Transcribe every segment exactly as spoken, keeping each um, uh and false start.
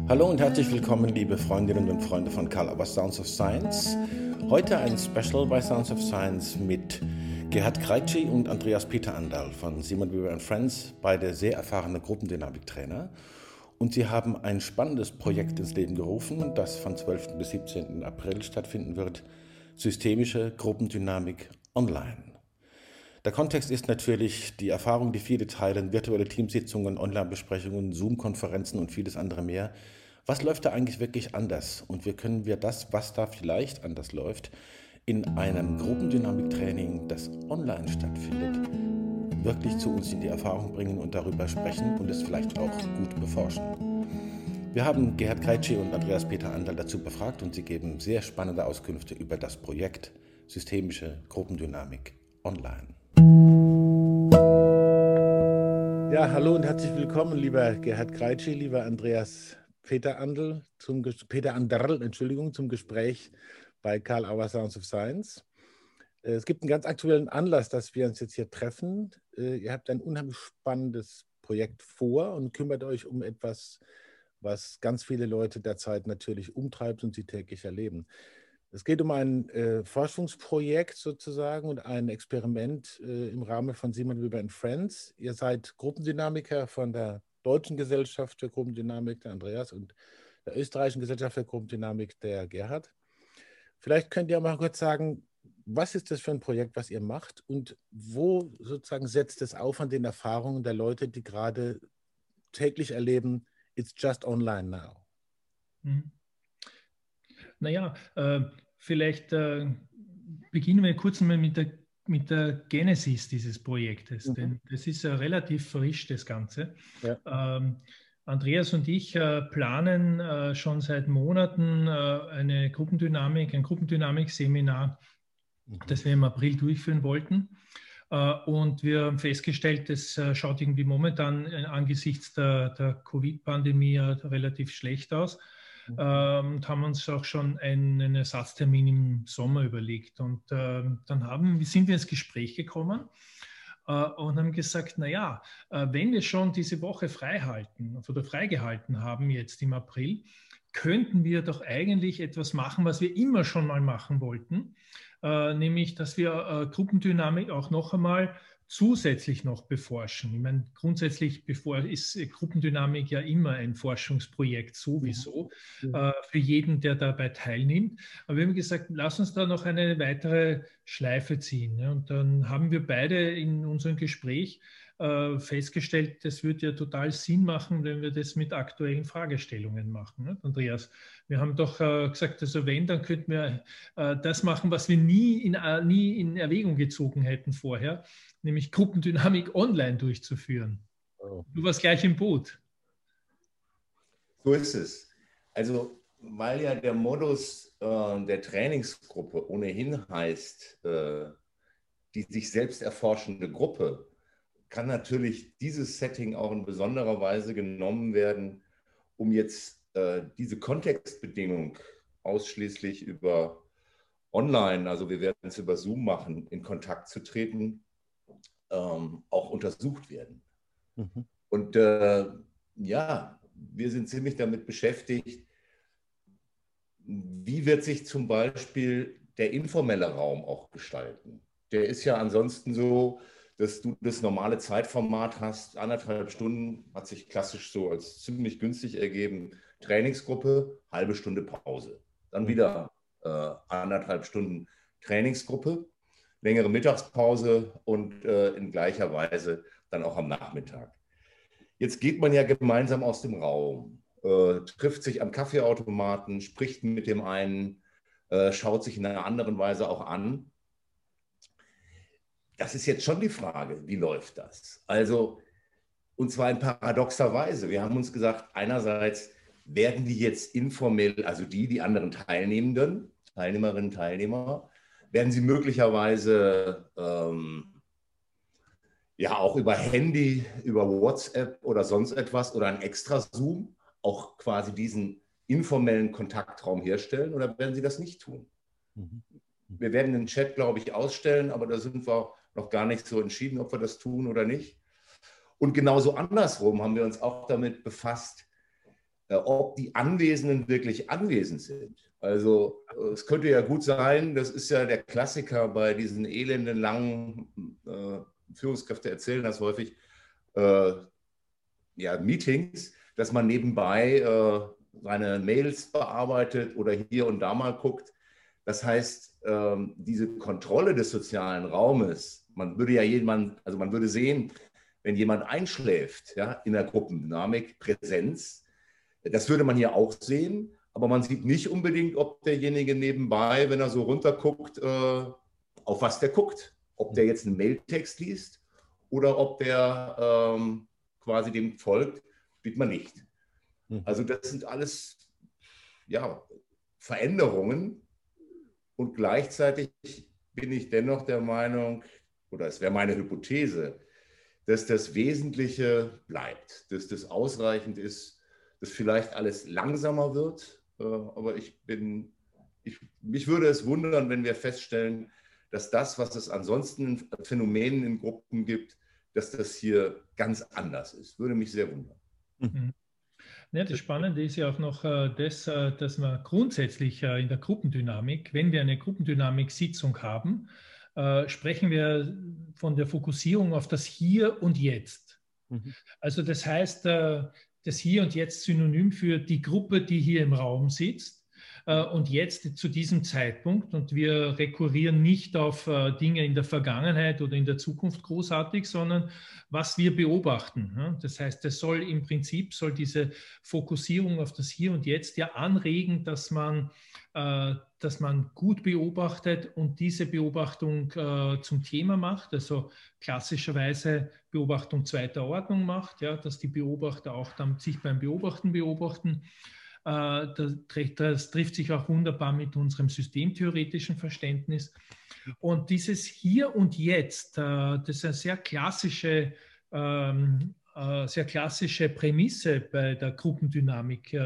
Hallo und herzlich willkommen, liebe Freundinnen und Freunde von Karl Auer Sounds of Science. Heute ein Special bei Sounds of Science mit Gerhard Kreitschi und Andreas Peter Anderl von Simon Weber and Friends, beide sehr erfahrene Gruppendynamiktrainer. Und sie haben ein spannendes Projekt ins Leben gerufen, das von zwölften bis siebzehnten April stattfinden wird: Systemische Gruppendynamik online. Der Kontext ist natürlich die Erfahrung, die viele teilen: virtuelle Teamsitzungen, Online-Besprechungen, Zoom-Konferenzen und vieles andere mehr. Was läuft da eigentlich wirklich anders? Und wie können wir das, was da vielleicht anders läuft, in einem Gruppendynamiktraining, das online stattfindet, wirklich zu uns in die Erfahrung bringen und darüber sprechen und es vielleicht auch gut beforschen? Wir haben Gerhard Kreitschi und Andreas Peter Anderl dazu befragt und sie geben sehr spannende Auskünfte über das Projekt Systemische Gruppendynamik online. Ja, hallo und herzlich willkommen, lieber Gerhard Kreitschi, lieber Andreas Peter Anderl, zum Peter Anderl, Entschuldigung, zum Gespräch bei Karl Auer Sounds of Science. Es gibt einen ganz aktuellen Anlass, dass wir uns jetzt hier treffen. Ihr habt ein unheimlich spannendes Projekt vor und kümmert euch um etwas, was ganz viele Leute derzeit natürlich umtreibt und sie täglich erleben. Es geht um ein äh, Forschungsprojekt sozusagen und ein Experiment äh, im Rahmen von Simon Weber and Friends. Ihr seid Gruppendynamiker von der Deutschen Gesellschaft für Gruppendynamik, der Andreas, und der Österreichischen Gesellschaft für Gruppendynamik, der Gerhard. Vielleicht könnt ihr mal kurz sagen, was ist das für ein Projekt, was ihr macht und wo sozusagen setzt es auf an den Erfahrungen der Leute, die gerade täglich erleben, it's just online now? Mhm. Naja, äh, vielleicht äh, beginnen wir kurz mal mit der, mit der Genesis dieses Projektes, mhm. denn das ist ja relativ frisch, das Ganze. Ja. Ähm, Andreas und ich äh, planen äh, schon seit Monaten äh, eine Gruppendynamik, ein Gruppendynamik-Seminar, mhm. das wir im April durchführen wollten. Uh, und wir haben festgestellt, das uh, schaut irgendwie momentan äh, angesichts der, der Covid-Pandemie uh, relativ schlecht aus. Mhm. Uh, und haben uns auch schon einen, einen Ersatztermin im Sommer überlegt. Und uh, dann haben, sind wir ins Gespräch gekommen uh, und haben gesagt, naja, uh, wenn wir schon diese Woche frei halten oder freigehalten haben jetzt im April, könnten wir doch eigentlich etwas machen, was wir immer schon mal machen wollten. Äh, nämlich, dass wir äh, Gruppendynamik auch noch einmal zusätzlich noch beforschen. Ich meine, grundsätzlich bevor ist äh, Gruppendynamik ja immer ein Forschungsprojekt sowieso, ja. äh, für jeden, der dabei teilnimmt. Aber wir haben gesagt, lass uns da noch eine weitere Schleife ziehen. Ja? Und dann haben wir beide in unserem Gespräch äh, festgestellt, das würde ja total Sinn machen, wenn wir das mit aktuellen Fragestellungen machen. Ne? Andreas, wir haben doch äh, gesagt, also wenn, dann könnten wir äh, das machen, was wir nie in, äh, nie in Erwägung gezogen hätten vorher, nämlich Gruppendynamik online durchzuführen. Oh. Du warst gleich im Boot. So ist es. Also, weil ja der Modus äh, der Trainingsgruppe ohnehin heißt, äh, die sich selbst erforschende Gruppe, kann natürlich dieses Setting auch in besonderer Weise genommen werden, um jetzt äh, diese Kontextbedingung ausschließlich über online, also wir werden es über Zoom machen, in Kontakt zu treten, ähm, auch untersucht werden. Mhm. Und äh, ja, wir sind ziemlich damit beschäftigt, wie wird sich zum Beispiel der informelle Raum auch gestalten. Der ist ja ansonsten so, dass du das normale Zeitformat hast, anderthalb Stunden, hat sich klassisch so als ziemlich günstig ergeben, Trainingsgruppe, halbe Stunde Pause. Dann wieder äh, anderthalb Stunden Trainingsgruppe, längere Mittagspause und äh, in gleicher Weise dann auch am Nachmittag. Jetzt geht man ja gemeinsam aus dem Raum, äh, trifft sich am Kaffeeautomaten, spricht mit dem einen, äh, schaut sich in einer anderen Weise auch an. Das ist jetzt schon die Frage, wie läuft das? Also, und zwar in paradoxer Weise. Wir haben uns gesagt, einerseits werden die jetzt informell, also die, die anderen Teilnehmenden, Teilnehmerinnen, Teilnehmer, werden sie möglicherweise ähm, ja auch über Handy, über WhatsApp oder sonst etwas oder ein extra Zoom auch quasi diesen informellen Kontaktraum herstellen oder werden sie das nicht tun? Mhm. Wir werden den Chat, glaube ich, ausstellen, aber da sind wir noch gar nicht so entschieden, ob wir das tun oder nicht. Und genauso andersrum haben wir uns auch damit befasst, ob die Anwesenden wirklich anwesend sind. Also es könnte ja gut sein, das ist ja der Klassiker bei diesen elenden, langen äh, Führungskräfte erzählen das häufig, äh, ja, Meetings, dass man nebenbei äh, seine Mails bearbeitet oder hier und da mal guckt. Das heißt, äh, diese Kontrolle des sozialen Raumes, man würde ja jemand, also man würde sehen, wenn jemand einschläft, ja, in der Gruppendynamik, Präsenz, das würde man hier auch sehen, aber man sieht nicht unbedingt, ob derjenige nebenbei, wenn er so runterguckt, äh, auf was der guckt. Ob der jetzt einen Mailtext liest oder ob der ähm, quasi dem folgt, sieht man nicht. Also das sind alles ja, Veränderungen und gleichzeitig bin ich dennoch der Meinung, oder es wäre meine Hypothese, dass das Wesentliche bleibt, dass das ausreichend ist, dass vielleicht alles langsamer wird, aber ich bin, ich, mich würde es wundern, wenn wir feststellen, dass das, was es ansonsten Phänomenen in Gruppen gibt, dass das hier ganz anders ist. Würde mich sehr wundern. Mhm. Ja, das Spannende ist ja auch noch das, dass man grundsätzlich in der Gruppendynamik, wenn wir eine Gruppendynamik-Sitzung haben, sprechen wir von der Fokussierung auf das Hier und Jetzt. Mhm. Also das heißt, das Hier und Jetzt synonym für die Gruppe, die hier im Raum sitzt. Und jetzt zu diesem Zeitpunkt, und wir rekurrieren nicht auf Dinge in der Vergangenheit oder in der Zukunft großartig, sondern was wir beobachten. Das heißt, es soll im Prinzip, soll diese Fokussierung auf das Hier und Jetzt ja anregen, dass man, dass man gut beobachtet und diese Beobachtung zum Thema macht, also klassischerweise Beobachtung zweiter Ordnung macht, ja, dass die Beobachter auch dann sich beim Beobachten beobachten. Das trifft sich auch wunderbar mit unserem systemtheoretischen Verständnis. Und dieses Hier und Jetzt, das ist eine sehr klassische, sehr klassische Prämisse bei der Gruppendynamik,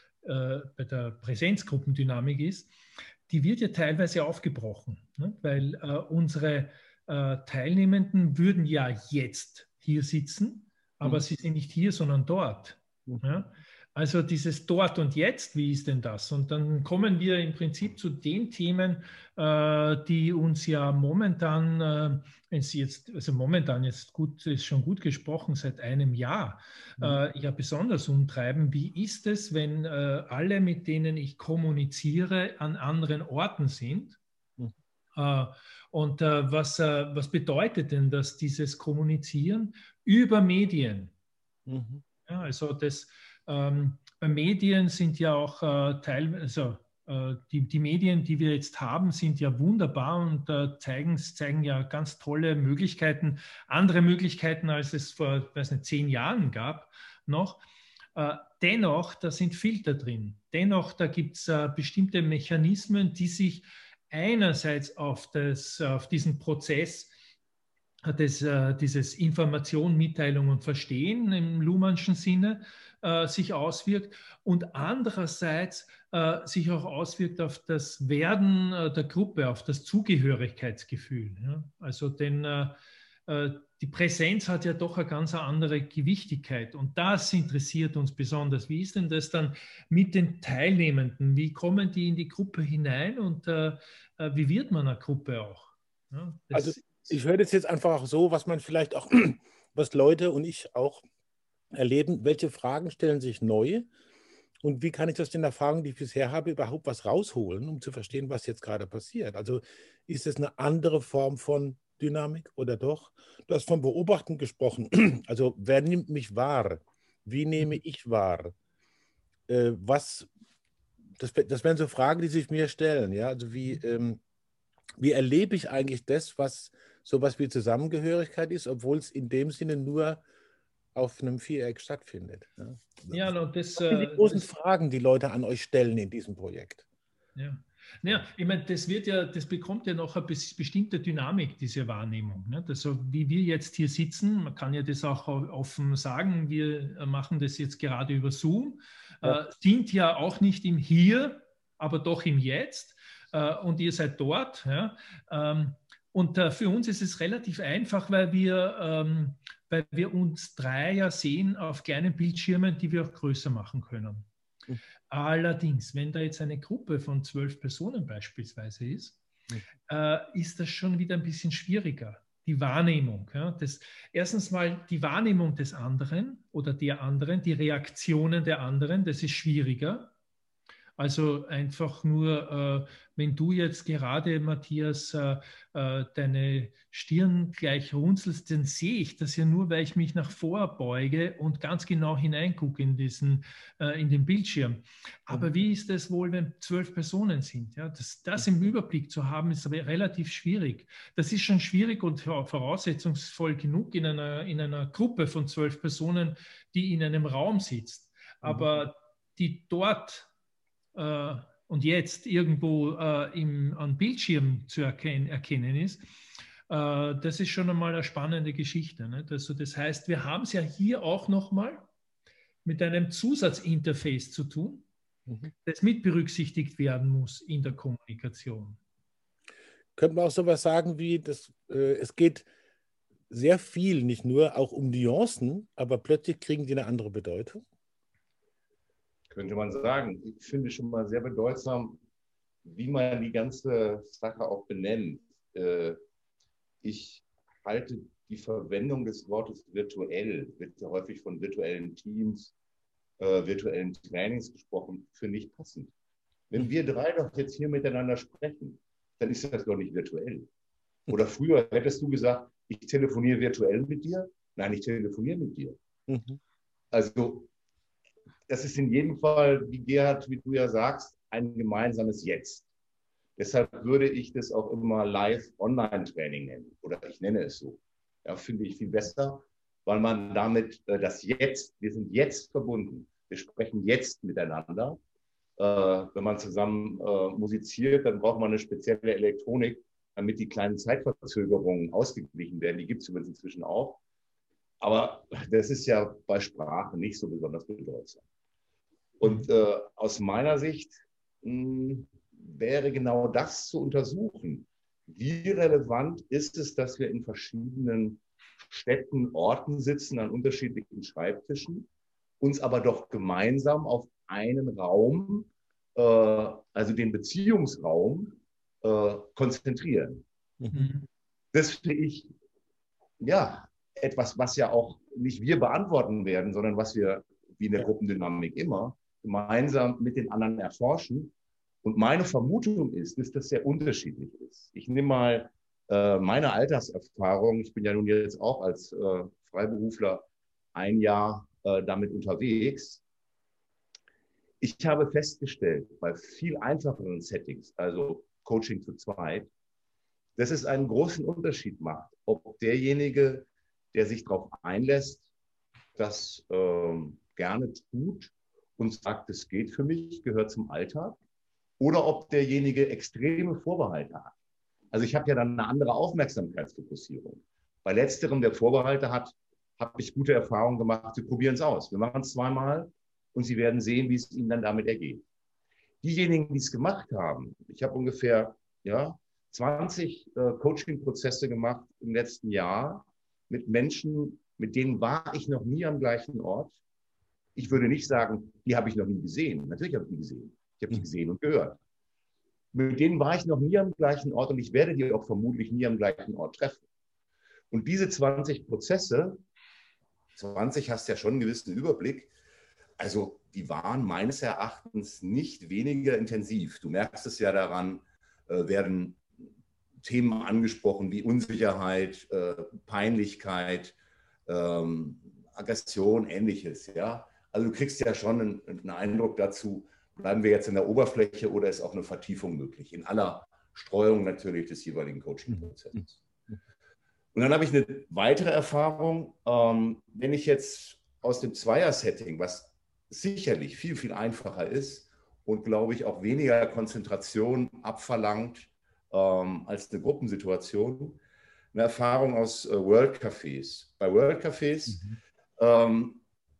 bei der Präsenzgruppendynamik ist, die wird ja teilweise aufgebrochen, weil unsere Teilnehmenden würden ja jetzt hier sitzen, aber sie sind nicht hier, sondern dort. Ja? Also dieses Dort und Jetzt, wie ist denn das? Und dann kommen wir im Prinzip zu den Themen, äh, die uns ja momentan, äh, jetzt, also momentan jetzt gut, ist schon gut gesprochen, seit einem Jahr, äh, ja besonders umtreiben. Wie ist es, wenn äh, alle, mit denen ich kommuniziere, an anderen Orten sind? Mhm. Äh, und äh, was, äh, was bedeutet denn das, dieses Kommunizieren über Medien? Mhm. Ja, also das Ähm, bei Medien sind ja auch äh, Teil, also äh, die, die Medien, die wir jetzt haben, sind ja wunderbar und äh, zeigen, zeigen ja ganz tolle Möglichkeiten, andere Möglichkeiten, als es vor, weiß nicht, zehn Jahren gab noch. Äh, dennoch, da sind Filter drin. Dennoch, da gibt es äh, bestimmte Mechanismen, die sich einerseits auf, das, auf diesen Prozess Das, äh, dieses Information, Mitteilung und Verstehen im Luhmannschen Sinne äh, sich auswirkt und andererseits äh, sich auch auswirkt auf das Werden äh, der Gruppe, auf das Zugehörigkeitsgefühl. Ja? Also denn äh, äh, die Präsenz hat ja doch eine ganz andere Gewichtigkeit und das interessiert uns besonders. Wie ist denn das dann mit den Teilnehmenden? Wie kommen die in die Gruppe hinein und äh, wie wird man eine Gruppe auch? Ja? Das also ich höre das jetzt einfach auch so, was man vielleicht auch, was Leute und ich auch erleben, welche Fragen stellen sich neu und wie kann ich aus den Erfahrungen, die ich bisher habe, überhaupt was rausholen, um zu verstehen, was jetzt gerade passiert. Also ist es eine andere Form von Dynamik oder doch? Du hast von Beobachten gesprochen. Also wer nimmt mich wahr? Wie nehme ich wahr? Äh, was, das, das wären so Fragen, die sich mir stellen. Ja? Also wie, ähm, wie erlebe ich eigentlich das, was sowas wie Zusammengehörigkeit ist, obwohl es in dem Sinne nur auf einem Viereck stattfindet. Ja, ja no, das, das sind die großen das, Fragen, die Leute an euch stellen in diesem Projekt. Ja, ja ich meine, das wird ja, das bekommt ja noch eine bestimmte Dynamik, diese Wahrnehmung. Ne? Also wie wir jetzt hier sitzen, man kann ja das auch offen sagen, wir machen das jetzt gerade über Zoom, ja. äh, sind ja auch nicht im Hier, aber doch im Jetzt. Und ihr seid dort. Ja. Und für uns ist es relativ einfach, weil wir, weil wir uns drei ja sehen auf kleinen Bildschirmen, die wir auch größer machen können. Mhm. Allerdings, wenn da jetzt eine Gruppe von zwölf Personen beispielsweise ist, mhm. äh, ist das schon wieder ein bisschen schwieriger. Die Wahrnehmung. Ja, das, erstens mal die Wahrnehmung des anderen oder der anderen, die Reaktionen der anderen, das ist schwieriger. Also einfach nur, äh, wenn du jetzt gerade, Matthias, äh, äh, deine Stirn gleich runzelst, dann sehe ich das ja nur, weil ich mich nach vor beuge und ganz genau hineingucke in, diesen, äh, in den Bildschirm. Aber wie ist es wohl, wenn zwölf Personen sind? Ja, das, das im Überblick zu haben, ist aber relativ schwierig. Das ist schon schwierig und voraussetzungsvoll genug in einer, in einer Gruppe von zwölf Personen, die in einem Raum sitzt. Aber die dort Uh, und jetzt irgendwo uh, im, am Bildschirm zu erken erkennen ist, uh, das ist schon einmal eine spannende Geschichte. Nicht? Also das heißt, wir haben es ja hier auch nochmal mit einem Zusatzinterface zu tun, mhm. das mit berücksichtigt werden muss in der Kommunikation. Könnte man auch sowas sagen wie, das, äh, es geht sehr viel, nicht nur auch um Nuancen, aber plötzlich kriegen die eine andere Bedeutung? Könnte man sagen. Ich finde schon mal sehr bedeutsam, wie man die ganze Sache auch benennt. Ich halte die Verwendung des Wortes virtuell, wird ja häufig von virtuellen Teams, virtuellen Trainings gesprochen, für nicht passend. Wenn wir drei doch jetzt hier miteinander sprechen, dann ist das doch nicht virtuell. Oder früher hättest du gesagt, ich telefoniere virtuell mit dir? Nein, ich telefoniere mit dir. Mhm. Also das ist in jedem Fall, wie Gerhard, wie du ja sagst, ein gemeinsames Jetzt. Deshalb würde ich das auch immer Live-Online-Training nennen. Oder ich nenne es so. Ja, finde ich viel besser, weil man damit äh, das Jetzt, wir sind jetzt verbunden. Wir sprechen jetzt miteinander. Äh, wenn man zusammen äh, musiziert, dann braucht man eine spezielle Elektronik, damit die kleinen Zeitverzögerungen ausgeglichen werden. Die gibt es übrigens inzwischen auch. Aber das ist ja bei Sprache nicht so besonders bedeutsam. Und äh, aus meiner Sicht mh, wäre genau das zu untersuchen. Wie relevant ist es, dass wir in verschiedenen Städten, Orten sitzen, an unterschiedlichen Schreibtischen, uns aber doch gemeinsam auf einen Raum, äh, also den Beziehungsraum, äh, konzentrieren. Mhm. Das finde ich, ja, etwas, was ja auch nicht wir beantworten werden, sondern was wir, wie in der Gruppendynamik immer, gemeinsam mit den anderen erforschen. Und meine Vermutung ist, dass das sehr unterschiedlich ist. Ich nehme mal äh, meine Alltagserfahrung. Ich bin ja nun jetzt auch als äh, Freiberufler ein Jahr äh, damit unterwegs. Ich habe festgestellt, bei viel einfacheren Settings, also Coaching zu zweit, dass es einen großen Unterschied macht, ob derjenige, der sich darauf einlässt, das ähm, gerne tut und sagt, es geht für mich, gehört zum Alltag, oder ob derjenige extreme Vorbehalte hat. Also ich habe ja dann eine andere Aufmerksamkeitsfokussierung. Bei letzterem, der Vorbehalte hat, habe ich gute Erfahrungen gemacht. Sie probieren es aus. Wir machen es zweimal und Sie werden sehen, wie es Ihnen dann damit ergeht. Diejenigen, die es gemacht haben, ich habe ungefähr ja, zwanzig äh, Coaching-Prozesse gemacht im letzten Jahr mit Menschen, mit denen war ich noch nie am gleichen Ort. Ich würde nicht sagen, die habe ich noch nie gesehen. Natürlich habe ich die gesehen. Ich habe die gesehen und gehört. Mit denen war ich noch nie am gleichen Ort und ich werde die auch vermutlich nie am gleichen Ort treffen. Und diese zwanzig Prozesse, zwanzig hast ja schon einen gewissen Überblick, also die waren meines Erachtens nicht weniger intensiv. Du merkst es ja daran, äh, werden Themen angesprochen wie Unsicherheit, äh, Peinlichkeit, ähm, Aggression, Ähnliches. Ja? Also du kriegst ja schon einen, einen Eindruck dazu, bleiben wir jetzt in der Oberfläche oder ist auch eine Vertiefung möglich? In aller Streuung natürlich des jeweiligen Coaching-Prozesses. Und dann habe ich eine weitere Erfahrung, ähm, wenn ich jetzt aus dem Zweier-Setting, was sicherlich viel, viel einfacher ist und glaube ich auch weniger Konzentration abverlangt ähm, als eine Gruppensituation, eine Erfahrung aus äh, World Cafés. Bei World Cafés mhm. ähm,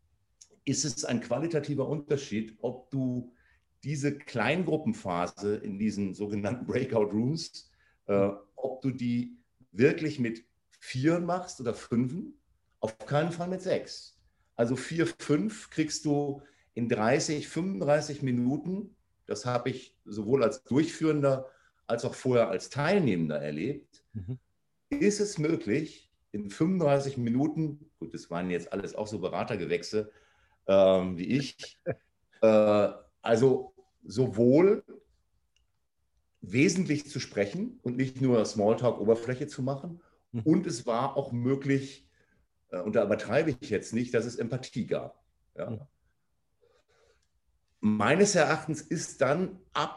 ist es ein qualitativer Unterschied, ob du diese Kleingruppenphase in diesen sogenannten Breakout Rooms, äh, ob du die wirklich mit Vieren machst oder Fünfen, auf keinen Fall mit sechs. Also vier, fünf kriegst du in dreißig, fünfunddreißig Minuten, das habe ich sowohl als Durchführender als auch vorher als Teilnehmender erlebt, mhm. ist es möglich, in fünfunddreißig Minuten, gut, das waren jetzt alles auch so Beratergewächse ähm, wie ich, äh, also sowohl wesentlich zu sprechen und nicht nur Smalltalk-Oberfläche zu machen, mhm. und es war auch möglich, äh, und da übertreibe ich jetzt nicht, dass es Empathie gab. Ja. Mhm. Meines Erachtens ist dann ab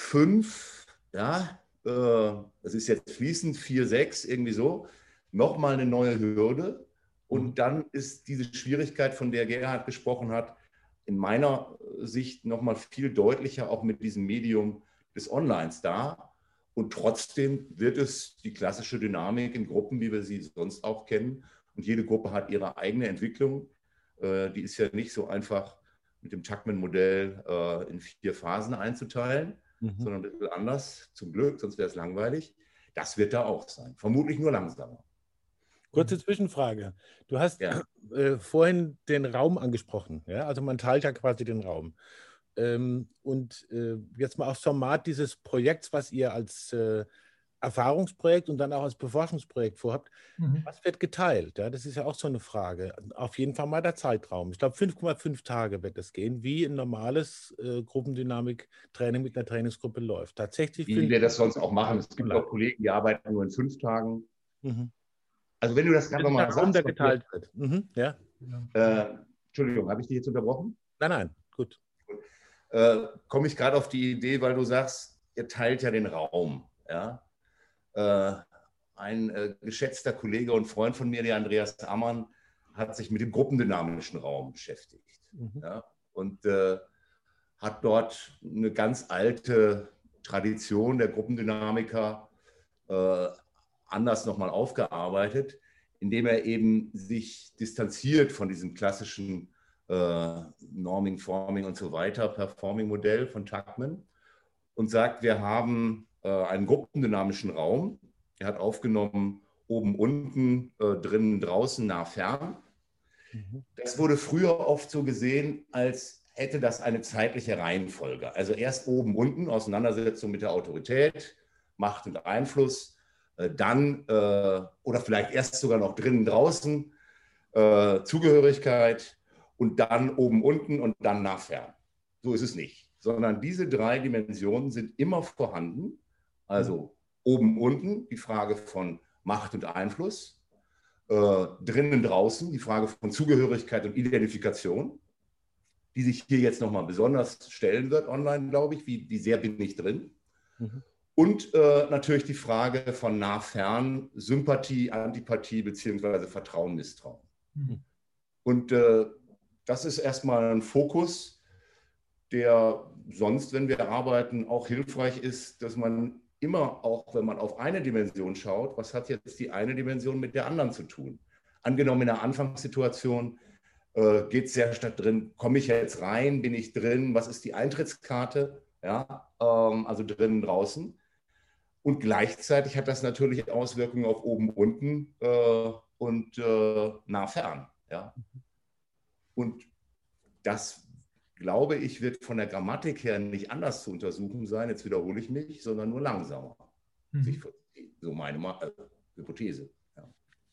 fünf, ja, äh, das ist jetzt fließend, vier, sechs, irgendwie so, nochmal eine neue Hürde. Und mhm. dann ist diese Schwierigkeit, von der Gerhard gesprochen hat, in meiner Sicht nochmal viel deutlicher, auch mit diesem Medium des Onlines da. Und trotzdem wird es die klassische Dynamik in Gruppen, wie wir sie sonst auch kennen. Und jede Gruppe hat ihre eigene Entwicklung. Äh, die ist ja nicht so einfach mit dem Tuckman-Modell äh, in vier Phasen einzuteilen, mhm. sondern ein bisschen anders, zum Glück, sonst wäre es langweilig. Das wird da auch sein. Vermutlich nur langsamer. Kurze Zwischenfrage. Du hast ja. äh, vorhin den Raum angesprochen. Ja? Also man teilt ja quasi den Raum. Ähm, und äh, jetzt mal aufs Format dieses Projekts, was ihr als äh, Erfahrungsprojekt und dann auch als Beforschungsprojekt vorhabt. Mhm. Was wird geteilt? Ja, das ist ja auch so eine Frage. Auf jeden Fall mal der Zeitraum. Ich glaube, fünf Komma fünf Tage wird es gehen, wie ein normales äh, Gruppendynamik-Training mit einer Trainingsgruppe läuft. Tatsächlich. Wie wir das sonst auch machen. Es gibt auch Kollegen, die arbeiten nur in fünf Tagen. Mhm. Also wenn du das gerade nochmal sagst. Der geteilt wird. Mhm, ja. Äh, Entschuldigung, habe ich dich jetzt unterbrochen? Nein, nein, gut. gut. Äh, komme ich gerade auf die Idee, weil du sagst, ihr teilt ja den Raum. Ja? Äh, ein äh, geschätzter Kollege und Freund von mir, der Andreas Ammann, hat sich mit dem gruppendynamischen Raum beschäftigt. Mhm. Ja? Und äh, hat dort eine ganz alte Tradition der Gruppendynamiker äh, anders nochmal aufgearbeitet, indem er eben sich distanziert von diesem klassischen äh, Norming, Forming und so weiter, Performing-Modell von Tuckman und sagt, wir haben äh, einen gruppendynamischen Raum. Er hat aufgenommen, oben, unten, äh, drinnen, draußen, nah, fern. Mhm. Das wurde früher oft so gesehen, als hätte das eine zeitliche Reihenfolge. Also erst oben, unten, Auseinandersetzung mit der Autorität, Macht und Einfluss, dann, äh, oder vielleicht erst sogar noch drinnen, draußen, äh, Zugehörigkeit und dann oben, unten und dann nach fern. So ist es nicht, sondern diese drei Dimensionen sind immer vorhanden. Also oben, unten die Frage von Macht und Einfluss, äh, drinnen, draußen die Frage von Zugehörigkeit und Identifikation, die sich hier jetzt nochmal besonders stellen wird online, glaube ich, wie, wie sehr bin ich drin. Mhm. Und äh, natürlich die Frage von nah, fern, Sympathie, Antipathie beziehungsweise Vertrauen, Misstrauen. Mhm. Und äh, das ist erstmal ein Fokus, der sonst, wenn wir arbeiten, auch hilfreich ist, dass man immer auch, wenn man auf eine Dimension schaut, was hat jetzt die eine Dimension mit der anderen zu tun? Angenommen in der Anfangssituation äh, geht es sehr stark drin, komme ich jetzt rein, bin ich drin, was ist die Eintrittskarte? Ja, ähm, also drinnen, draußen. Und gleichzeitig hat das natürlich Auswirkungen auf oben, unten äh, und äh, nah, fern. Ja? Und das, glaube ich, wird von der Grammatik her nicht anders zu untersuchen sein, jetzt wiederhole ich mich, sondern nur langsamer. Mhm. So meine äh, Hypothese. Ja,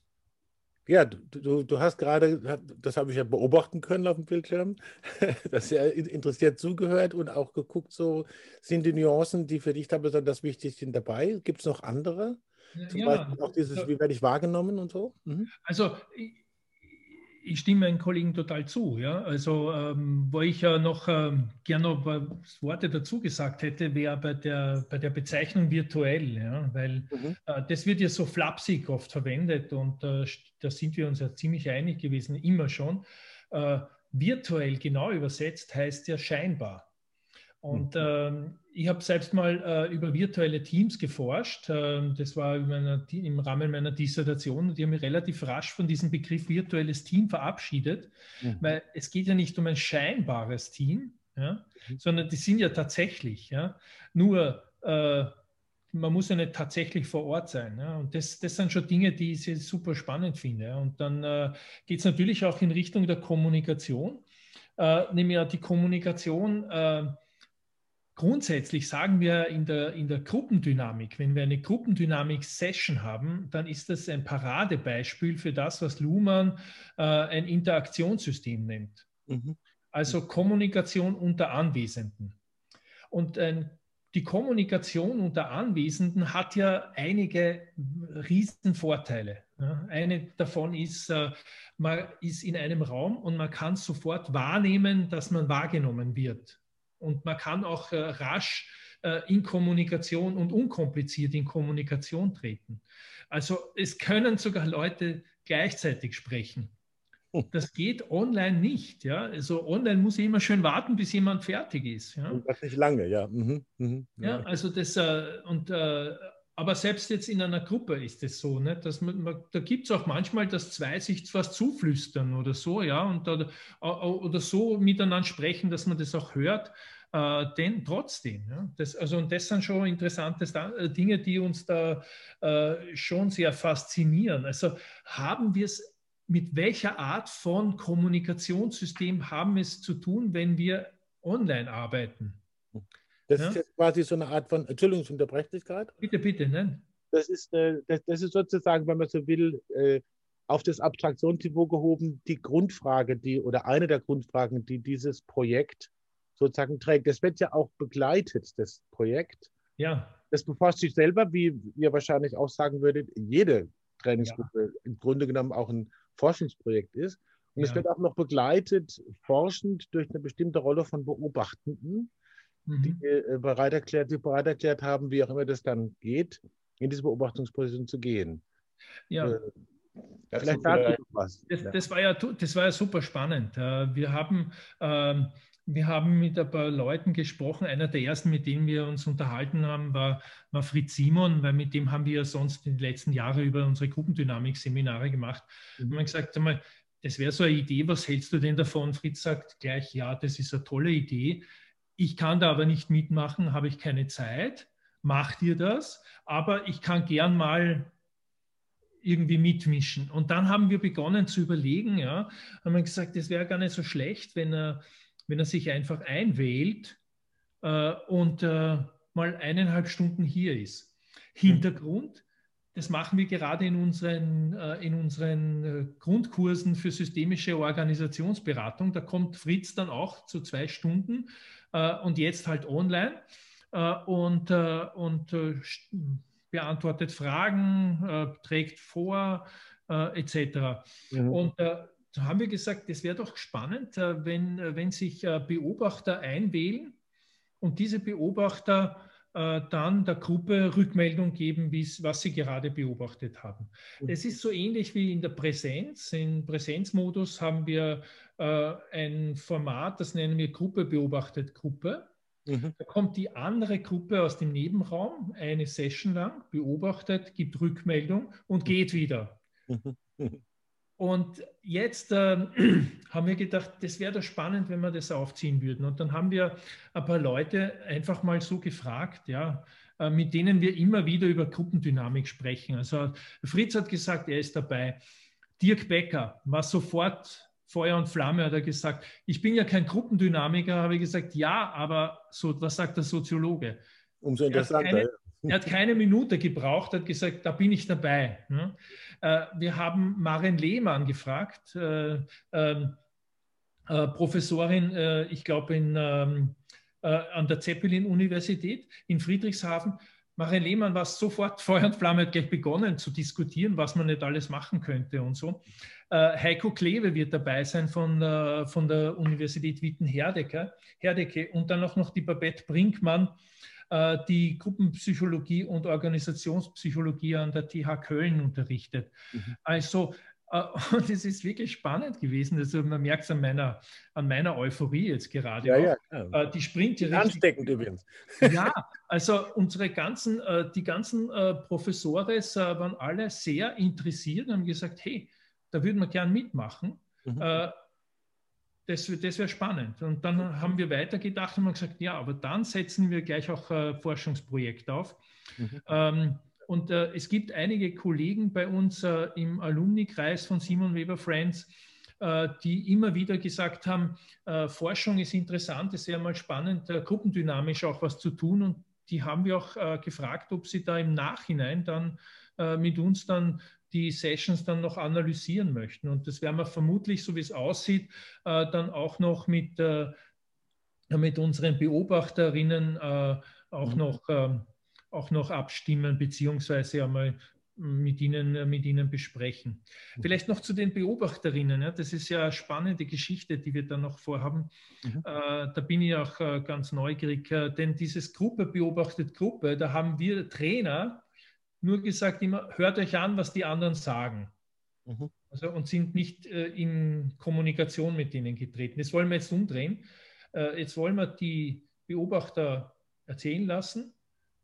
ja du, du, du hast gerade, das habe ich ja beobachten können auf dem Bildschirm, dass er interessiert zugehört und auch geguckt, so sind die Nuancen, die für dich da besonders wichtig sind, dabei. Gibt es noch andere? Zum ja, Beispiel auch dieses, wie werde ich wahrgenommen und so? Mhm. Also ich, ich stimme meinen Kollegen total zu. Ja? Also ähm, wo ich ja noch ähm, gerne noch Worte dazu gesagt hätte, wäre bei der, bei der Bezeichnung virtuell, ja? Weil mhm. äh, das wird ja so flapsig oft verwendet und äh, da sind wir uns ja ziemlich einig gewesen, immer schon. Äh, virtuell genau übersetzt heißt ja scheinbar. Und ähm, ich habe selbst mal äh, über virtuelle Teams geforscht. Ähm, das war in meiner, im Rahmen meiner Dissertation. Und ich habe mich relativ rasch von diesem Begriff virtuelles Team verabschiedet, mhm. weil es geht ja nicht um ein scheinbares Team, ja, mhm. sondern die sind ja tatsächlich. Ja. Nur äh, man muss ja nicht tatsächlich vor Ort sein. Ja. Und das, das sind schon Dinge, die ich super spannend finde. Ja. Und dann äh, geht es natürlich auch in Richtung der Kommunikation. äh, nämlich die Kommunikation. Äh, grundsätzlich sagen wir in der, in der Gruppendynamik, wenn wir eine Gruppendynamik-Session haben, dann ist das ein Paradebeispiel für das, was Luhmann äh, ein Interaktionssystem nennt. Mhm. Also Kommunikation unter Anwesenden. Und ein Die Kommunikation unter Anwesenden hat ja einige Riesenvorteile. Eine davon ist, man ist in einem Raum und man kann sofort wahrnehmen, dass man wahrgenommen wird. Und man kann auch rasch in Kommunikation und unkompliziert in Kommunikation treten. Also es können sogar Leute gleichzeitig sprechen. Das geht online nicht. Ja? Also online muss ich immer schön warten, bis jemand fertig ist. Ja? Und das nicht lange, ja. Mhm. Mhm. Ja. Ja, also das, äh, und, äh, aber selbst jetzt in einer Gruppe ist es so, ne? Dass man, man, da gibt es auch manchmal, dass zwei sich was zuflüstern oder so, ja, und oder, oder so miteinander sprechen, dass man das auch hört. Äh, denn trotzdem, ja, das, also, und das sind schon interessante Dinge, die uns da äh, schon sehr faszinieren. Also haben wir es mit welcher Art von Kommunikationssystem haben wir es zu tun, wenn wir online arbeiten? Das ja? ist jetzt quasi so eine Art von, Entschuldigung, ich unterbreche dich gerade. Bitte, bitte, nein. Das ist, äh, das, das ist sozusagen, wenn man so will, äh, auf das Abstraktionsniveau gehoben, die Grundfrage, die oder eine der Grundfragen, die dieses Projekt sozusagen trägt. Das wird ja auch begleitet, das Projekt. Ja. Das beforscht sich selber, wie ihr wahrscheinlich auch sagen würdet, jede Trainingsgruppe ja. im Grunde genommen auch ein Forschungsprojekt ist. Und ja. es wird auch noch begleitet, forschend, durch eine bestimmte Rolle von Beobachtenden, mhm. die, äh, bereit erklärt, die bereit erklärt haben, wie auch immer das dann geht, in diese Beobachtungsposition zu gehen. Ja. Äh, vielleicht dazu noch was. Das, das, war ja, das war ja super spannend. Wir haben, ähm, wir haben mit ein paar Leuten gesprochen. Einer der ersten, mit denen wir uns unterhalten haben, war, war Fritz Simon, weil mit dem haben wir ja sonst in den letzten Jahren über unsere Gruppendynamik-Seminare gemacht. Mhm. Und man gesagt, einmal, das wäre so eine Idee, was hältst du denn davon? Fritz sagt gleich, ja, das ist eine tolle Idee. Ich kann da aber nicht mitmachen, habe ich keine Zeit. Macht ihr das? Aber ich kann gern mal irgendwie mitmischen. Und dann haben wir begonnen zu überlegen, ja, haben wir gesagt, das wäre gar nicht so schlecht, wenn er, wenn er sich einfach einwählt äh, und äh, mal eineinhalb Stunden hier ist. Hintergrund, das machen wir gerade in unseren, äh, in unseren äh, Grundkursen für systemische Organisationsberatung. Da kommt Fritz dann auch zu zwei Stunden äh, und jetzt halt online äh, und, äh, und äh, beantwortet Fragen, äh, trägt vor, äh, et cetera. Mhm. Und äh, da haben wir gesagt, das wäre doch spannend, äh, wenn, äh, wenn sich äh, Beobachter einwählen und diese Beobachter äh, dann der Gruppe Rückmeldung geben, was sie gerade beobachtet haben. Mhm. Es ist so ähnlich wie in der Präsenz. Im Präsenzmodus haben wir äh, ein Format, das nennen wir Gruppe beobachtet Gruppe. Mhm. Da kommt die andere Gruppe aus dem Nebenraum, eine Session lang, beobachtet, gibt Rückmeldung und geht wieder. Mhm. Und jetzt äh, haben wir gedacht, das wäre doch spannend, wenn wir das aufziehen würden. Und dann haben wir ein paar Leute einfach mal so gefragt, ja, äh, mit denen wir immer wieder über Gruppendynamik sprechen. Also Fritz hat gesagt, er ist dabei. Dirk Becker war sofort Feuer und Flamme, hat er gesagt. Ich bin ja kein Gruppendynamiker, habe ich gesagt, ja, aber so, was sagt der Soziologe? Umso interessanter. Er hat, keine, er hat keine Minute gebraucht, hat gesagt, da bin ich dabei. Wir haben Maren Lehmann gefragt, äh, äh, Professorin, äh, ich glaube, in, äh, an der Zeppelin-Universität in Friedrichshafen. Maren Lehmann war sofort Feuer und Flamme, hat gleich begonnen zu diskutieren, was man nicht alles machen könnte und so. Äh, Heiko Kleve wird dabei sein von, äh, von der Universität Witten-Herdecke Herdecke und dann auch noch die Babette Brinkmann, äh, die Gruppenpsychologie und Organisationspsychologie an der T H Köln unterrichtet. Mhm. Also, äh, und es ist wirklich spannend gewesen. Also man merkt es an meiner, an meiner Euphorie jetzt gerade. Ja, ja, klar. Äh, die springt hier richtig. Ansteckend übrigens. Ja, also unsere ganzen, äh, die ganzen äh, Professoren äh, waren alle sehr interessiert und haben gesagt, hey, da würden wir gern mitmachen. Mhm. Äh, das das wäre spannend. Und dann haben wir weitergedacht und haben gesagt, ja, aber dann setzen wir gleich auch ein Forschungsprojekt auf. Mhm. Ähm, und äh, es gibt einige Kollegen bei uns äh, im Alumni-Kreis von Simon Weber Friends, die immer wieder gesagt haben, Forschung ist interessant, es wäre mal spannend, gruppendynamisch auch was zu tun. Und die haben wir auch gefragt, ob sie da im Nachhinein dann mit uns dann die Sessions dann noch analysieren möchten. Und das werden wir vermutlich, so wie es aussieht, dann auch noch mit, mit unseren Beobachterinnen auch, mhm. noch, auch noch abstimmen, beziehungsweise einmal mit Ihnen, mit Ihnen besprechen. Vielleicht noch zu den Beobachterinnen. Ja, das ist ja eine spannende Geschichte, die wir da noch vorhaben. Mhm. Äh, da bin ich auch äh, ganz neugierig, äh, denn dieses Gruppe beobachtet Gruppe, da haben wir Trainer nur gesagt immer, hört euch an, was die anderen sagen. Mhm. Also, und sind nicht äh, in Kommunikation mit ihnen getreten. Das wollen wir jetzt umdrehen. Äh, jetzt wollen wir die Beobachter erzählen lassen.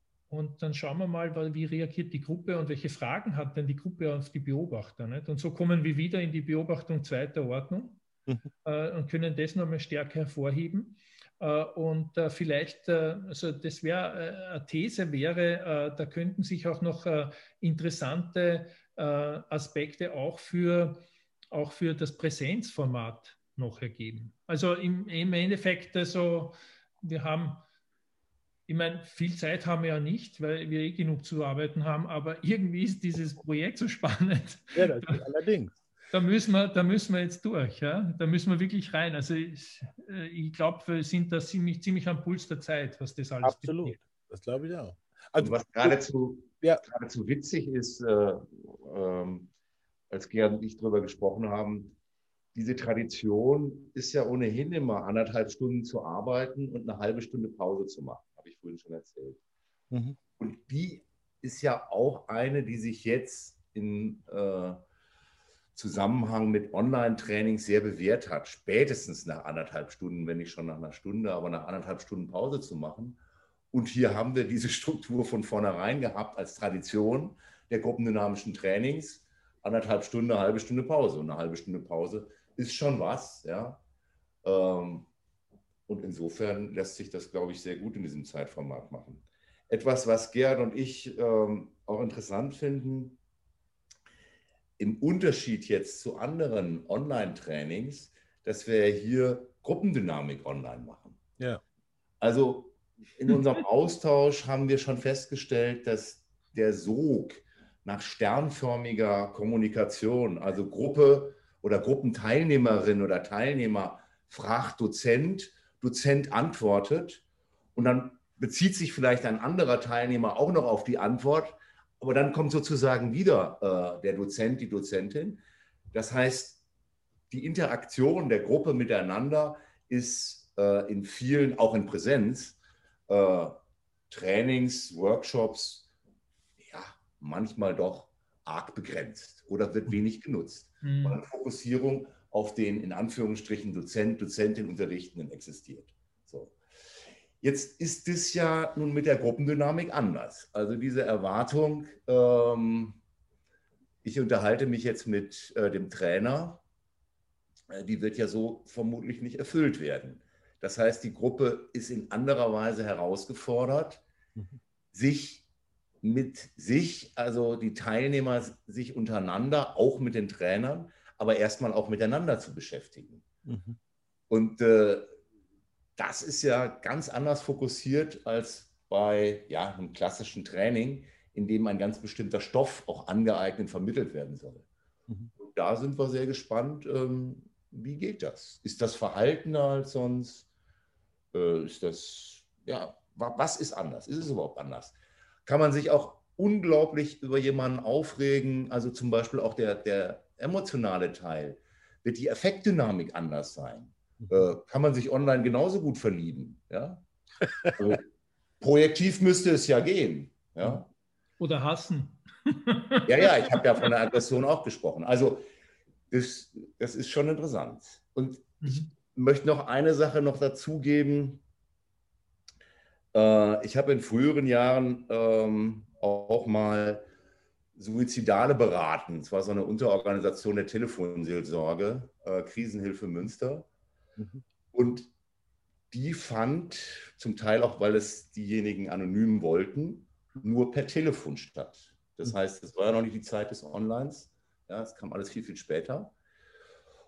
Und dann schauen wir mal, wie reagiert die Gruppe und welche Fragen hat denn die Gruppe auf die Beobachter. Nicht? Und so kommen wir wieder in die Beobachtung zweiter Ordnung mhm. äh, und können das nochmal stärker hervorheben. Äh, und äh, vielleicht, äh, also das wäre, äh, eine These wäre, äh, da könnten sich auch noch äh, interessante äh, Aspekte auch für, auch für das Präsenzformat noch ergeben. Also im, im Endeffekt, also wir haben Ich meine, viel Zeit haben wir ja nicht, weil wir eh genug zu arbeiten haben, aber irgendwie ist dieses Projekt so spannend. Ja, das ist allerdings. Da müssen, wir, da müssen wir jetzt durch, ja? Da müssen wir wirklich rein. Also ich, ich glaube, wir sind da ziemlich, ziemlich am Puls der Zeit, was das alles Absolut, betrifft. Das glaube ich auch. Also, was geradezu, ja. geradezu witzig ist, äh, ähm, als Gerhard und ich darüber gesprochen haben, diese Tradition ist ja ohnehin immer anderthalb Stunden zu arbeiten und eine halbe Stunde Pause zu machen. Habe ich vorhin schon erzählt. Mhm. Und die ist ja auch eine, die sich jetzt in äh, Zusammenhang mit Online-Trainings sehr bewährt hat. Spätestens nach anderthalb Stunden, wenn nicht schon nach einer Stunde, aber nach anderthalb Stunden Pause zu machen. Und hier haben wir diese Struktur von vornherein gehabt als Tradition der gruppendynamischen Trainings. Anderthalb Stunden, eine halbe Stunde Pause. Und eine halbe Stunde Pause ist schon was, ja. Ähm, Und insofern lässt sich das, glaube ich, sehr gut in diesem Zeitformat machen. Etwas, was Gerhard und ich ähm, auch interessant finden, im Unterschied jetzt zu anderen Online-Trainings, dass wir hier Gruppendynamik online machen. Ja. Also in unserem Austausch haben wir schon festgestellt, dass der Sog nach sternförmiger Kommunikation, also Gruppe oder Gruppenteilnehmerin oder Teilnehmer fragt Dozent, Dozent antwortet und dann bezieht sich vielleicht ein anderer Teilnehmer auch noch auf die Antwort, aber dann kommt sozusagen wieder äh, der Dozent, die Dozentin. Das heißt, die Interaktion der Gruppe miteinander ist äh, in vielen, auch in Präsenz, äh, Trainings, Workshops, ja, manchmal doch arg begrenzt oder wird wenig genutzt, mhm. weil Fokussierung auf den in Anführungsstrichen Dozent, Dozentin Unterrichtenden existiert. So. Jetzt ist es ja nun mit der Gruppendynamik anders. Also diese Erwartung, ähm, ich unterhalte mich jetzt mit äh, dem Trainer, äh, die wird ja so vermutlich nicht erfüllt werden. Das heißt, die Gruppe ist in anderer Weise herausgefordert, mhm. sich mit sich, also die Teilnehmer sich untereinander, auch mit den Trainern, aber erstmal auch miteinander zu beschäftigen. Mhm. Und äh, das ist ja ganz anders fokussiert als bei ja, einem klassischen Training, in dem ein ganz bestimmter Stoff auch angeeignet vermittelt werden soll. Mhm. Und da sind wir sehr gespannt, ähm, wie geht das? Ist das verhaltener als sonst? Äh, ist das, ja, was ist anders? Ist es überhaupt anders? Kann man sich auch unglaublich über jemanden aufregen, also zum Beispiel auch der, der emotionale Teil, wird die Affektdynamik anders sein? Äh, kann man sich online genauso gut verlieben? Ja? Also, projektiv müsste es ja gehen. Ja? Oder hassen. Ja, ja, ich habe ja von der Aggression auch gesprochen. Also das, das ist schon interessant. Und ich mhm. möchte noch eine Sache noch dazugeben. Äh, ich habe in früheren Jahren ähm, auch mal Suizidale beraten. Es war so eine Unterorganisation der Telefonseelsorge, äh, Krisenhilfe Münster. Mhm. Und die fand, zum Teil auch, weil es diejenigen anonym wollten, nur per Telefon statt. Das heißt, es war ja noch nicht die Zeit des Onlines. Ja, es kam alles viel, viel später.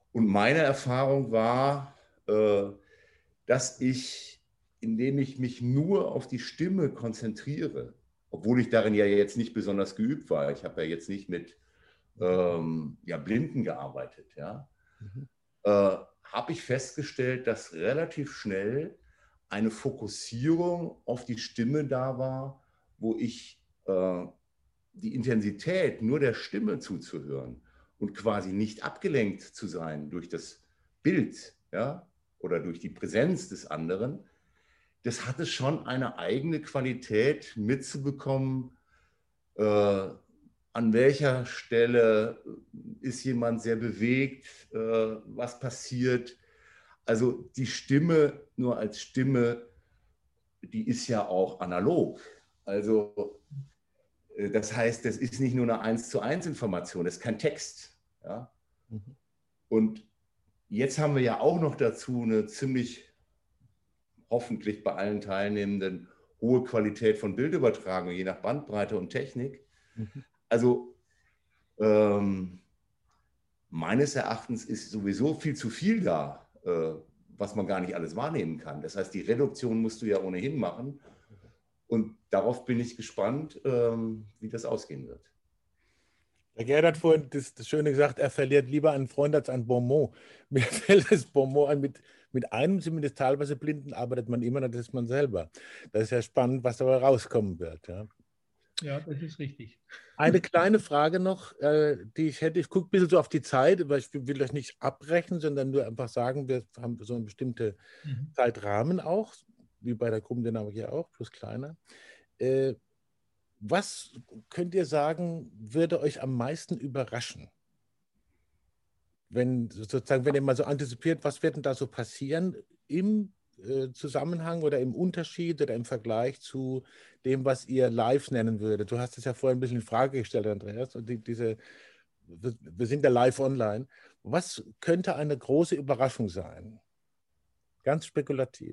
Und meine Erfahrung war, äh, dass ich, indem ich mich nur auf die Stimme konzentriere, obwohl ich darin ja jetzt nicht besonders geübt war, ich habe ja jetzt nicht mit ähm, ja, Blinden gearbeitet, ja, mhm. äh, habe ich festgestellt, dass relativ schnell eine Fokussierung auf die Stimme da war, wo ich äh, die Intensität nur der Stimme zuzuhören und quasi nicht abgelenkt zu sein durch das Bild, ja, oder durch die Präsenz des anderen, das hatte schon eine eigene Qualität mitzubekommen, äh, an welcher Stelle ist jemand sehr bewegt, äh, was passiert. Also die Stimme nur als Stimme, die ist ja auch analog. Also das heißt, das ist nicht nur eine eins zu eins Information, das ist kein Text. Ja? Mhm. Und jetzt haben wir ja auch noch dazu eine ziemlich, hoffentlich bei allen Teilnehmenden, hohe Qualität von Bildübertragung, je nach Bandbreite und Technik. Mhm. Also ähm, meines Erachtens ist sowieso viel zu viel da, äh, was man gar nicht alles wahrnehmen kann. Das heißt, die Reduktion musst du ja ohnehin machen. Und darauf bin ich gespannt, ähm, wie das ausgehen wird. Der Gerd hat vorhin das, das Schöne gesagt, er verliert lieber einen Freund als ein Bonmot. Mir fällt das Bonmot ein, mit, mit einem zumindest teilweise Blinden arbeitet man immer, das ist man selber. Das ist ja spannend, was dabei rauskommen wird. Ja, ja, das ist richtig. Eine kleine Frage noch, äh, die ich hätte. Ich gucke ein bisschen so auf die Zeit, weil ich will euch nicht abbrechen, sondern nur einfach sagen, wir haben so einen bestimmten mhm. Zeitrahmen auch, wie bei der Gruppendynamik ja auch, plus kleiner. Äh, was könnt ihr sagen, würde euch am meisten überraschen? Wenn sozusagen, wenn ihr mal so antizipiert, was wird denn da so passieren im äh, Zusammenhang oder im Unterschied oder im Vergleich zu dem, was ihr live nennen würdet? Du hast es ja vorhin ein bisschen in Frage gestellt, Andreas, und die, diese, wir sind ja live online. Was könnte eine große Überraschung sein? Ganz spekulativ.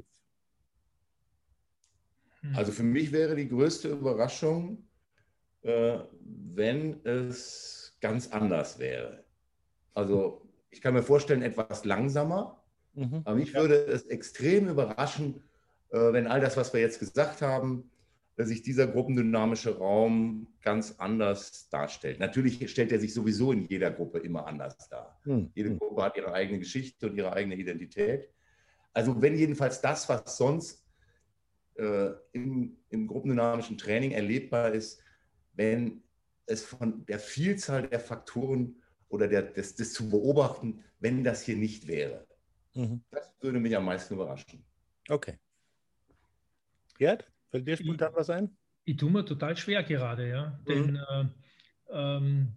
Also für mich wäre die größte Überraschung, äh, wenn es ganz anders wäre. Also ich kann mir vorstellen, etwas langsamer, mhm. aber mich ja. würde es extrem überraschen, äh, wenn all das, was wir jetzt gesagt haben, dass sich dieser gruppendynamische Raum ganz anders darstellt. Natürlich stellt er sich sowieso in jeder Gruppe immer anders dar. Mhm. Jede Gruppe hat ihre eigene Geschichte und ihre eigene Identität. Also wenn jedenfalls das, was sonst äh, im, im gruppendynamischen Training erlebbar ist, wenn es von der Vielzahl der Faktoren oder der, des, des zu beobachten, wenn das hier nicht wäre. Mhm. Das würde mich am meisten überraschen. Okay. Gerd, fällt dir spontan was ein? Ich, ich tue mir total schwer gerade, ja. Mhm. Denn äh, ähm,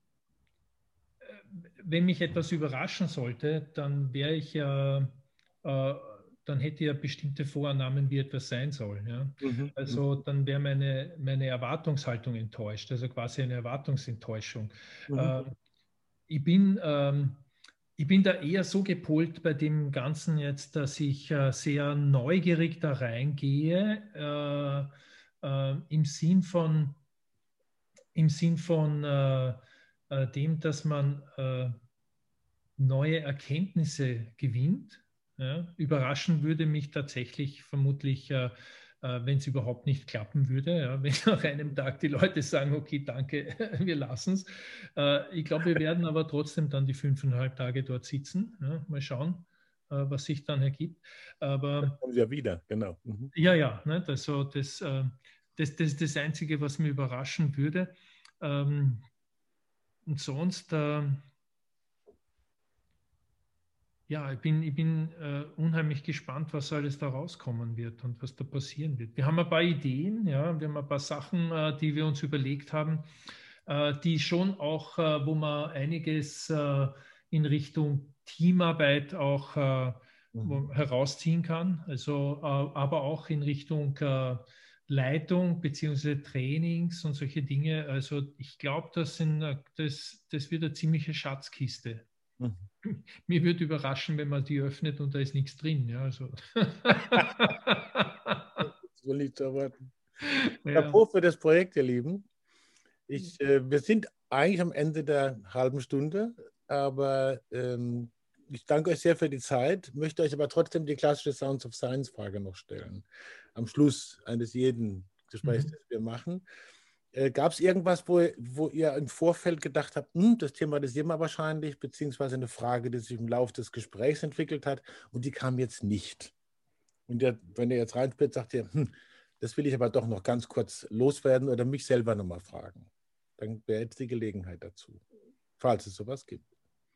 wenn mich etwas überraschen sollte, dann wäre ich ja äh, dann hätte ich ja bestimmte Vorannahmen, wie etwas sein soll. Ja? Mhm. Also dann wäre meine, meine Erwartungshaltung enttäuscht, also quasi eine Erwartungsenttäuschung. Mhm. Äh, ich, bin, ähm, ich bin da eher so gepolt bei dem Ganzen jetzt, dass ich äh, sehr neugierig da reingehe, äh, äh, im Sinn von, im Sinn von äh, äh, dem, dass man äh, neue Erkenntnisse gewinnt. Ja, überraschen würde mich tatsächlich vermutlich, äh, äh, wenn es überhaupt nicht klappen würde, ja, wenn nach einem Tag die Leute sagen, okay, danke, wir lassen es. Äh, ich glaube, wir werden aber trotzdem dann die fünfeinhalb Tage dort sitzen. Ja, mal schauen, äh, was sich dann ergibt. Aber, das kommen Sie ja wieder, genau. Mhm. Ja, ja, ne, also das, äh, das, das ist das Einzige, was mir überraschen würde. Ähm, und sonst... Äh, Ja, ich bin, ich bin äh, unheimlich gespannt, was alles da rauskommen wird und was da passieren wird. Wir haben ein paar Ideen, ja, wir haben ein paar Sachen, äh, die wir uns überlegt haben, äh, die schon auch, äh, wo man einiges äh, in Richtung Teamarbeit auch äh, mhm. herausziehen kann, also äh, aber auch in Richtung äh, Leitung beziehungsweise Trainings und solche Dinge. Also ich glaube, das, das, das wird eine ziemliche Schatzkiste. Mhm. Mir würde überraschen, wenn man die öffnet und da ist nichts drin. Ja, also. So liegt es erwarten. Chapeau für das Projekt, ihr Lieben. Ich, äh, wir sind eigentlich am Ende der halben Stunde, aber ähm, ich danke euch sehr für die Zeit, möchte euch aber trotzdem die klassische Sounds of Science-Frage noch stellen. Am Schluss eines jeden Gesprächs, mhm. das wir machen. Äh, Gab es irgendwas, wo, wo ihr im Vorfeld gedacht habt, hm, das thematisieren wir wahrscheinlich, beziehungsweise eine Frage, die sich im Laufe des Gesprächs entwickelt hat und die kam jetzt nicht? Und ihr, wenn ihr jetzt reinspielt, sagt ihr, hm, das will ich aber doch noch ganz kurz loswerden oder mich selber nochmal fragen. Dann wäre jetzt die Gelegenheit dazu, falls es sowas gibt.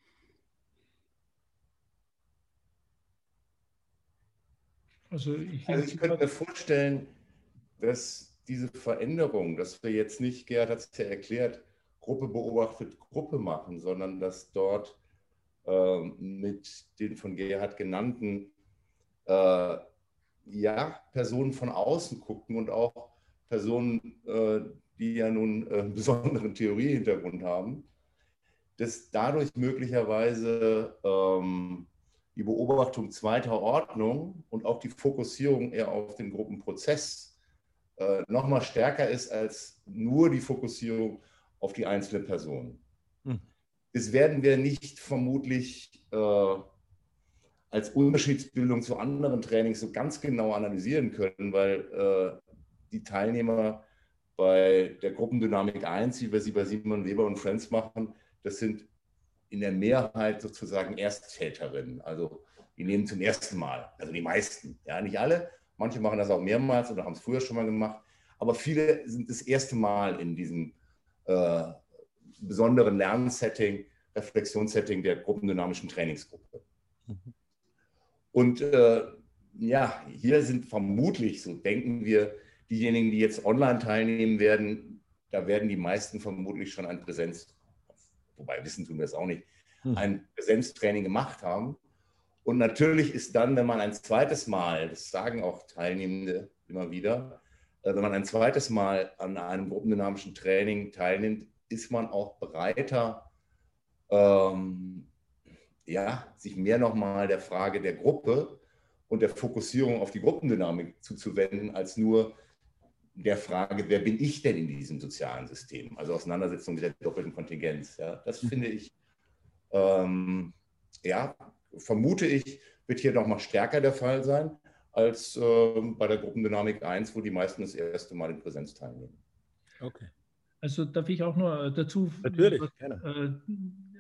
Also ich, also ich könnte mir vorstellen, dass diese Veränderung, dass wir jetzt nicht, Gerhard hat es ja erklärt, Gruppe beobachtet, Gruppe machen, sondern dass dort äh, mit den von Gerhard genannten äh, ja, Personen von außen gucken und auch Personen, äh, die ja nun äh, einen besonderen Theoriehintergrund haben, dass dadurch möglicherweise ähm, die Beobachtung zweiter Ordnung und auch die Fokussierung eher auf den Gruppenprozess äh, noch mal stärker ist als nur die Fokussierung auf die einzelne Person. Hm. Das werden wir nicht vermutlich äh, als Unterschiedsbildung zu anderen Trainings so ganz genau analysieren können, weil äh, die Teilnehmer bei der Gruppendynamik eins, wie wir sie bei Simon Weber und Friends machen, das sind in der Mehrheit sozusagen Ersttäterinnen. Also die nehmen zum ersten Mal, also die meisten, ja, nicht alle. Manche machen das auch mehrmals oder haben es früher schon mal gemacht. Aber viele sind das erste Mal in diesem äh, besonderen Lernsetting, Reflexionssetting der gruppendynamischen Trainingsgruppe. Mhm. Und äh, ja, hier sind vermutlich, so denken wir, diejenigen, die jetzt online teilnehmen werden, da werden die meisten vermutlich schon ein Präsenz, wobei wissen tun wir es auch nicht, ein Präsenztraining gemacht haben. Und natürlich ist dann, wenn man ein zweites Mal, das sagen auch Teilnehmende immer wieder, wenn man ein zweites Mal an einem gruppendynamischen Training teilnimmt, ist man auch bereiter, ähm, ja, sich mehr nochmal der Frage der Gruppe und der Fokussierung auf die Gruppendynamik zuzuwenden, als nur der Frage, wer bin ich denn in diesem sozialen System? Also Auseinandersetzung mit der doppelten Kontingenz. Ja, das finde ich, ähm, ja, vermute ich, wird hier nochmal stärker der Fall sein, als äh, bei der Gruppendynamik eins, wo die meisten das erste Mal in Präsenz teilnehmen. Okay. Also darf ich auch noch dazu... Natürlich, gerne. Äh,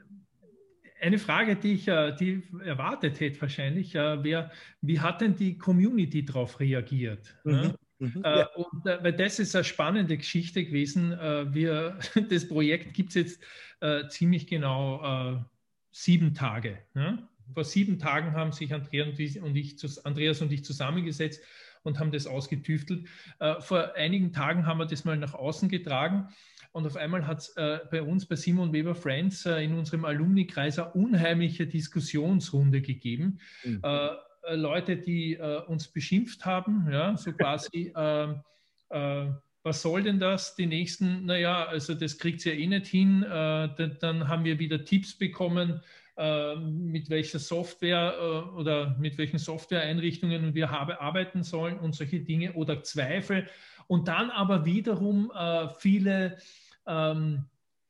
Eine Frage, die ich die erwartet hätte wahrscheinlich, wäre, wie hat denn die Community darauf reagiert? Mhm. Mhm, äh, ja. Und, äh, weil das ist eine spannende Geschichte gewesen. Äh, wir, das Projekt gibt es jetzt äh, ziemlich genau äh, sieben Tage. Ne? Vor sieben Tagen haben sich Andrea und ich, und ich, Andreas und ich zusammengesetzt und haben das ausgetüftelt. Äh, vor einigen Tagen haben wir das mal nach außen getragen. Und auf einmal hat es äh, bei uns, bei Simon Weber Friends, äh, in unserem Alumni-Kreis eine unheimliche Diskussionsrunde gegeben. Mhm. Äh, äh, Leute, die äh, uns beschimpft haben, ja, so quasi, äh, äh, was soll denn das? Die nächsten, naja, also das kriegt ihr ja eh nicht hin. Äh, dann, dann haben wir wieder Tipps bekommen, äh, mit welcher Software äh, oder mit welchen Softwareeinrichtungen wir habe, arbeiten sollen und solche Dinge oder Zweifel. Und dann aber wiederum äh, viele Ähm,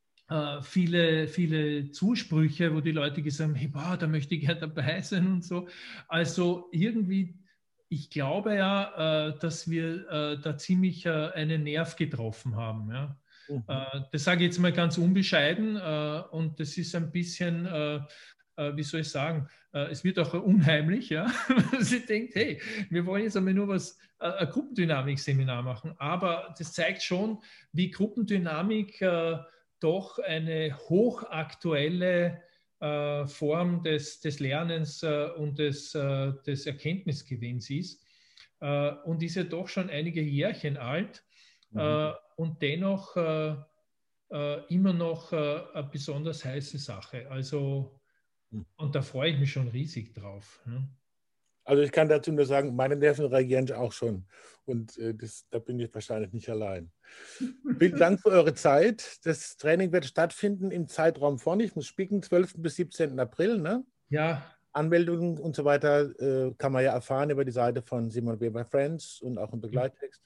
äh, viele, viele Zusprüche, wo die Leute gesagt haben, hey, boah, da möchte ich gerne dabei sein und so. Also irgendwie, ich glaube ja, äh, dass wir äh, da ziemlich äh, einen Nerv getroffen haben. Ja. Mhm. Äh, das sage ich jetzt mal ganz unbescheiden äh, und das ist ein bisschen... Äh, wie soll ich sagen, es wird auch unheimlich, ja. Sie denkt, hey, wir wollen jetzt einmal nur was, ein Gruppendynamik-Seminar machen, aber das zeigt schon, wie Gruppendynamik äh, doch eine hochaktuelle äh, Form des, des Lernens äh, und des, äh, des Erkenntnisgewinns ist äh, und ist ja doch schon einige Jährchen alt mhm. äh, und dennoch äh, äh, immer noch äh, eine besonders heiße Sache. Also und da freue ich mich schon riesig drauf. Ne? Also ich kann dazu nur sagen, meine Nerven reagieren auch schon. Und äh, das, da bin ich wahrscheinlich nicht allein. Vielen Dank für eure Zeit. Das Training wird stattfinden im Zeitraum vorne. Ich muss spicken, zwölften bis siebzehnten April. Ne? Ja. Anmeldungen und so weiter äh, kann man ja erfahren über die Seite von Simon Weber Friends und auch im Begleittext.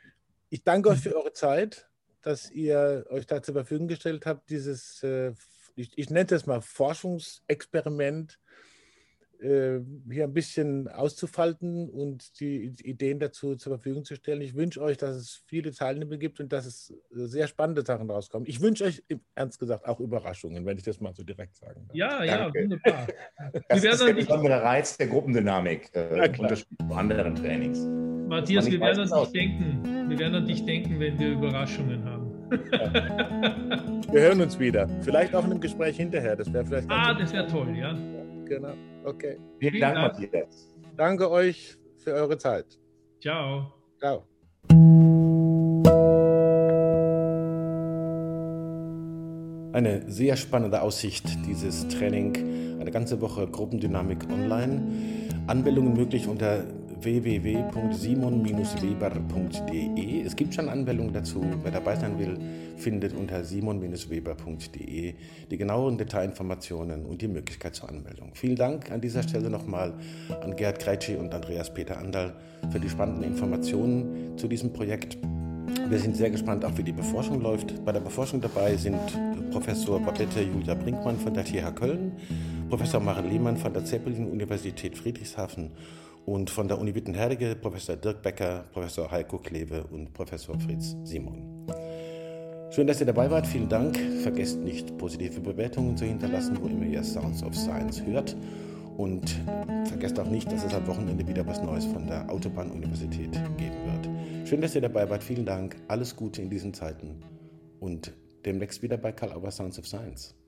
Ich danke euch für eure Zeit, dass ihr euch da zur Verfügung gestellt habt, dieses, äh, ich, ich nenne das mal Forschungsexperiment hier ein bisschen auszufalten und die Ideen dazu zur Verfügung zu stellen. Ich wünsche euch, dass es viele Teilnehmer gibt und dass es sehr spannende Sachen rauskommen. Ich wünsche euch, ernst gesagt, auch Überraschungen, wenn ich das mal so direkt sagen darf. Ja, Danke. ja, wunderbar. Das Wir ist der besondere Reiz der Gruppendynamik, äh, im Unterschied zu anderen Trainings. Matthias, wir werden an dich denken. Wir werden an dich denken, wenn wir Überraschungen haben. Wir hören uns wieder. Vielleicht auch in einem Gespräch hinterher. Das wäre vielleicht. Ah, das wäre toll, ja. Genau. Okay. Vielen, Vielen Dank, Dank, Matthias. Danke euch für eure Zeit. Ciao. Ciao. Eine sehr spannende Aussicht, dieses Training, eine ganze Woche Gruppendynamik online. Anmeldungen möglich unter w w w punkt simon Bindestrich weber punkt d e. Es gibt schon Anmeldungen dazu. Wer dabei sein will, findet unter simon Bindestrich weber punkt d e die genaueren Detailinformationen und die Möglichkeit zur Anmeldung. Vielen Dank an dieser Stelle nochmal an Gerhard Kreitschi und Andreas Peter Anderl für die spannenden Informationen zu diesem Projekt. Wir sind sehr gespannt, auch wie die Beforschung läuft. Bei der Beforschung dabei sind Professor Babette Julia Brinkmann von der T H Köln, Professor Maren Lehmann von der Zeppelin-Universität Friedrichshafen und von der Uni Wittenherdecke Professor Dirk Becker, Professor Heiko Kleve und Professor Fritz Simon. Schön, dass ihr dabei wart. Vielen Dank. Vergesst nicht, positive Bewertungen zu hinterlassen, wo immer ihr Sounds of Science hört. Und vergesst auch nicht, dass es am Wochenende wieder was Neues von der Autobahn-Universität geben wird. Schön, dass ihr dabei wart. Vielen Dank. Alles Gute in diesen Zeiten. Und demnächst wieder bei Karl Auer Sounds of Science.